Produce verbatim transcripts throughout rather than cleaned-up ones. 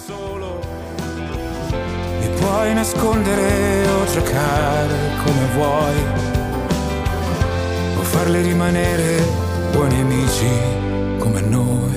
solo e puoi nascondere o giocare come vuoi o farli rimanere buoni amici come noi.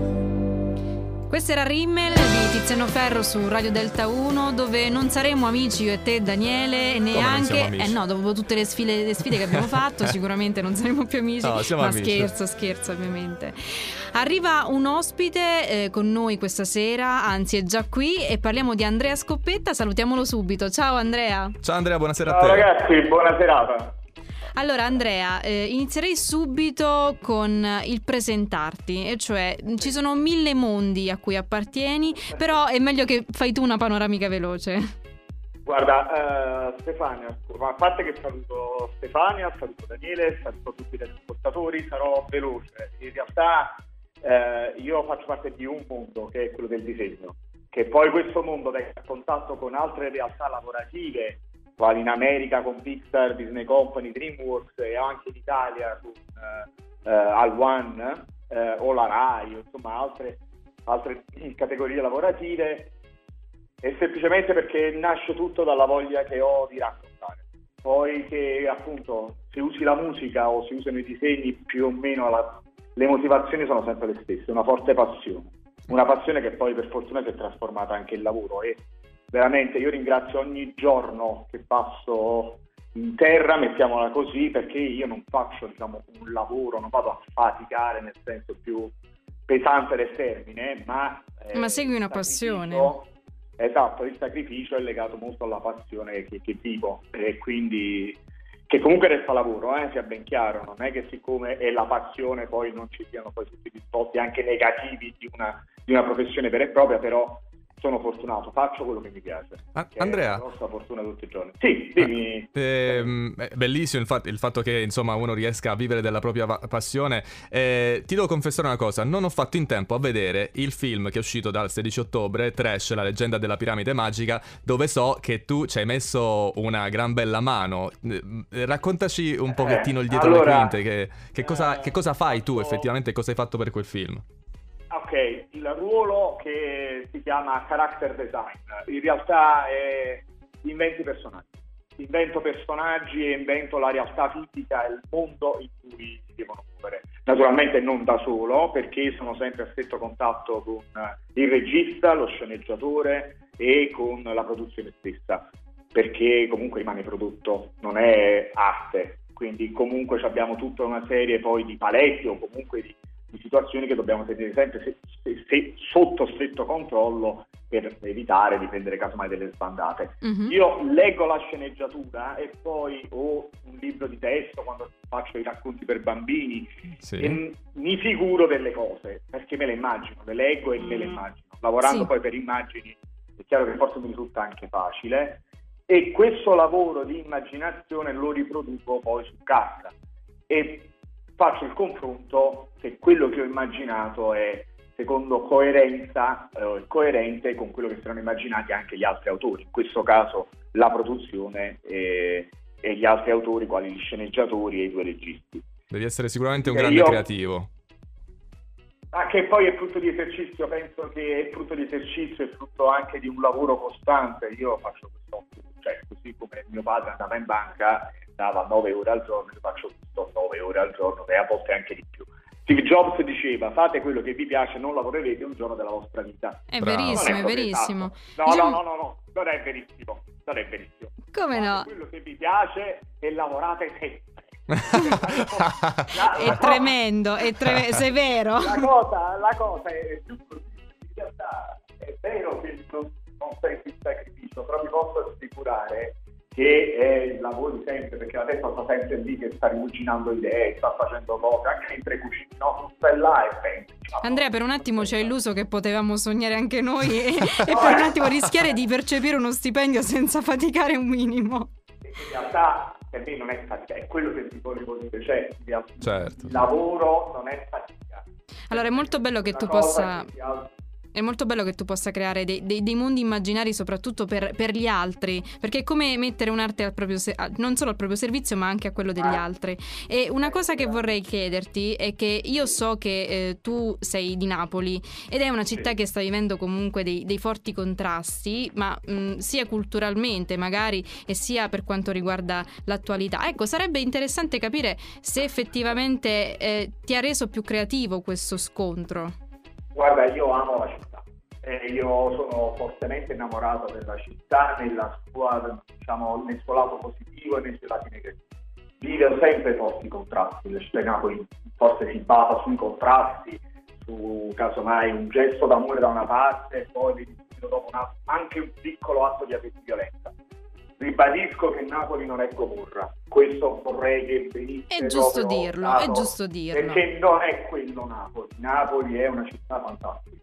Questo era Rimmel di Tiziano Ferro su Radio Delta uno, dove non saremo amici io e te, Daniele, e neanche eh no, dopo tutte le sfide, le sfide che abbiamo fatto sicuramente non saremo più amici. No, ma amici. scherzo, scherzo ovviamente. Arriva un ospite eh, con noi questa sera, anzi è già qui, e parliamo di Andrea Scoppetta. Salutiamolo subito. Ciao Andrea. Ciao Andrea, buonasera Ciao a te. Ciao ragazzi, buona serata. Allora Andrea, eh, inizierei subito con il presentarti, e cioè ci sono mille mondi a cui appartieni, però è meglio che fai tu una panoramica veloce. Guarda, uh, Stefania, a parte che saluto Stefania, saluto Daniele, saluto tutti gli ascoltatori, sarò veloce. In realtà uh, io faccio parte di un mondo che è quello del disegno, che poi questo mondo è a contatto con altre realtà lavorative, quali in America con Pixar, Disney Company, DreamWorks, e anche in Italia con uh, uh, Al One uh, o la Rai, insomma altre, altre categorie lavorative, e semplicemente perché nasce tutto dalla voglia che ho di raccontare. Poi che appunto se usi la musica o si usano i disegni, più o meno la, le motivazioni sono sempre le stesse, una forte passione, una passione che poi per fortuna si è trasformata anche in lavoro, e veramente io ringrazio ogni giorno che passo in terra, mettiamola così, perché io non faccio, diciamo, un lavoro, non vado a faticare nel senso più pesante del termine, ma eh, ma segui una passione. Esatto, il sacrificio è legato molto alla passione che, che vivo, e quindi che comunque resta lavoro, eh, sia ben chiaro, non è che siccome è la passione poi non ci siano poi tutti gli risvolti anche negativi di una, di una professione vera e propria, però sono fortunato, faccio quello che mi piace. Ah, Andrea, è la nostra fortuna tutti i giorni. Sì, dimmi. Eh, eh, bellissimo il fatto, il fatto che insomma uno riesca a vivere della propria va- passione. Eh, ti devo confessare una cosa, non ho fatto in tempo a vedere il film che è uscito dal sedici ottobre, Trash, la leggenda della piramide magica, dove so che tu ci hai messo una gran bella mano. Eh, raccontaci un pochettino il dietro allora, le quinte, che, che, cosa, eh, che cosa fai tu effettivamente, cosa hai fatto per quel film? Ok, il ruolo che si chiama character design, in realtà è inventi personaggi, invento personaggi e invento la realtà fisica e il mondo in cui si devono muovere. Naturalmente non da solo, perché sono sempre a stretto contatto con il regista, lo sceneggiatore e con la produzione stessa, perché comunque rimane prodotto, non è arte, quindi comunque abbiamo tutta una serie poi di paletti o comunque di di situazioni che dobbiamo tenere sempre se, se, se, sotto stretto controllo per evitare di prendere casomai delle sbandate. Mm-hmm. Io leggo la sceneggiatura e poi ho un libro di testo quando faccio i racconti per bambini, sì, e m- mi figuro delle cose perché me le immagino, le leggo e mm. me le immagino. Lavorando sì. poi per immagini è chiaro che forse mi risulta anche facile, e questo lavoro di immaginazione lo riproduco poi su carta e faccio il confronto se quello che ho immaginato è secondo coerenza, eh, coerente con quello che si erano immaginati anche gli altri autori, in questo caso la produzione e, e gli altri autori quali gli sceneggiatori e i due registi. Devi essere sicuramente un e grande io, creativo. Ma che poi è frutto di esercizio, penso che è frutto di esercizio, è frutto anche di un lavoro costante. Io faccio questo, cioè così come mio padre andava in banca dava nove ore al giorno, io faccio questo nove ore al giorno e a volte anche di più. Steve Jobs diceva: fate quello che vi piace, non lavorerete un giorno della vostra vita. È Bravo. verissimo, è, è verissimo. No, diciamo... no, no, no, no, non è verissimo, non è verissimo. Come fate no? quello che vi piace e lavorate sempre. la, è la tremendo, cosa... è tre... severo. La cosa, la cosa è più così. In realtà è vero che non, non senti il sacrificio, però vi posso assicurare che è il lavoro di sempre, perché la testa sta sempre lì che sta rimuginando idee, sta facendo cose, anche mentre cucini, no? Stai là e pensi. Andrea, per un attimo ci hai illuso che potevamo sognare anche noi e, e per un attimo rischiare di percepire uno stipendio senza faticare un minimo. In realtà per me non è fatica, è quello che ti volevo dire, cioè certo. il lavoro non è fatica. Allora è molto bello che tu possa... Che È molto bello che tu possa creare dei, dei, dei mondi immaginari soprattutto per, per gli altri, perché è come mettere un'arte al proprio se- non solo al proprio servizio ma anche a quello degli altri. E una cosa che vorrei chiederti è che io so che eh, tu sei di Napoli ed è una città che sta vivendo comunque dei, dei forti contrasti, ma mh, sia culturalmente magari e sia per quanto riguarda l'attualità. Ecco, sarebbe interessante capire se effettivamente eh, ti ha reso più creativo questo scontro. Guarda, io amo la città, eh, io sono fortemente innamorato della città nella sua, diciamo, nel suo lato positivo e nei suoi lati negativi. Vive sempre forti contrasti, la città di Napoli forse si basa sui contrasti, su casomai un gesto d'amore da una parte e poi vedi subito dopo una, anche un piccolo atto di violenza. Ribadisco che Napoli non è Gomorra, questo vorrei che venisse è giusto proprio dirlo, dato, è giusto dirlo. perché non è quello Napoli. Napoli è una città fantastica,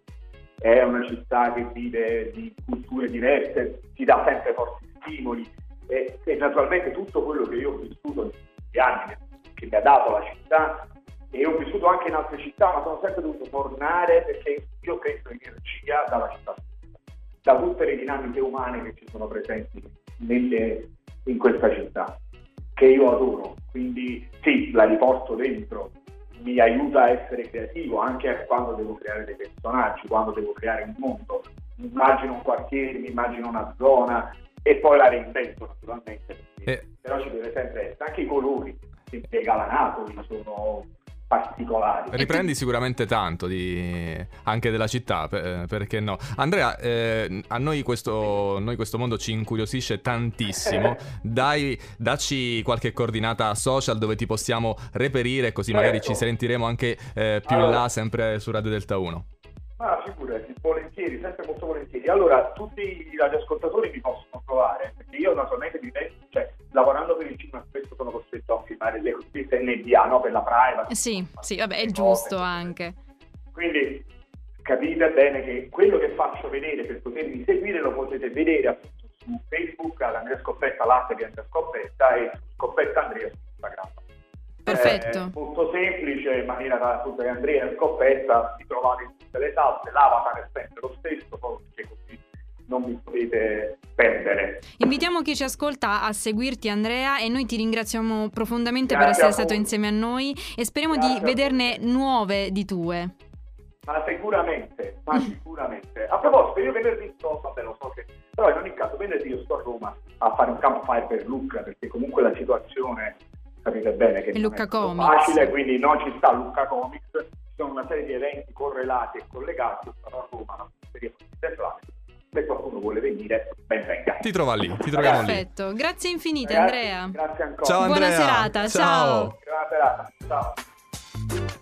è una città che vive di culture diverse, ti dà sempre forti stimoli e, e naturalmente tutto quello che io ho vissuto negli anni, che mi ha dato la città, e ho vissuto anche in altre città, ma sono sempre dovuto tornare perché io prendo energia dalla città stessa, da tutte le dinamiche umane che ci sono presenti nelle, in questa città, che io adoro. Quindi sì, la riporto dentro, mi aiuta a essere creativo anche quando devo creare dei personaggi, quando devo creare un mondo. Mi immagino un quartiere, mi immagino una zona e poi la reinvento naturalmente, perché eh. però ci deve sempre essere anche i colori che spiega la Napoli sono particolari. Riprendi sicuramente tanto di, anche della città, per, perché no? Andrea, eh, a noi questo, noi questo mondo ci incuriosisce tantissimo. Dai, dacci qualche coordinata social dove ti possiamo reperire, così magari Certo. ci sentiremo anche eh, più allora, in là, sempre su Radio Delta uno. Ma figurati, volentieri, sempre molto volentieri. Allora, tutti i radioascoltatori mi possono trovare, perché io naturalmente mi vedo, cioè, lavorando per il cinema spesso sono costretto a filmare le cosiddette N D A, no? Per la privacy. Sì, sì, vabbè, è giusto anche. Quindi capite bene che quello che faccio vedere per potermi seguire lo potete vedere appunto su Facebook ad Andrea Scoppetta, l'arte di Andrea Scoppetta, e su Scoppetta Andrea su Instagram. Perfetto. È molto semplice, in maniera da appunto che Andrea Scoppetta si trovate in tutte le salse, l'avatar è sempre lo stesso, perché così non vi potete perdere. Invitiamo chi ci ascolta a seguirti, Andrea, e noi ti ringraziamo profondamente Grazie per essere a voi. stato insieme a noi e speriamo Grazie di a vederne nuove di tue. Ma sicuramente, ma sicuramente. A proposito, io venerdì sto, vabbè lo so che, però in ogni caso venerdì io sto a Roma a fare un campfire per Lucca, perché comunque la situazione, sapete bene che E non Lucca è proprio Comics. facile, quindi non ci sta Lucca Comics, ci sono una serie di eventi correlati e collegati, io sono a Roma, una serie di festival. Se qualcuno vuole venire, ben venga. Ti trova lì, ti troviamo lì. Perfetto, grazie infinite, Ragazzi, Andrea. Grazie ancora. Ciao Andrea. Buona serata, ciao. Buona serata, ciao.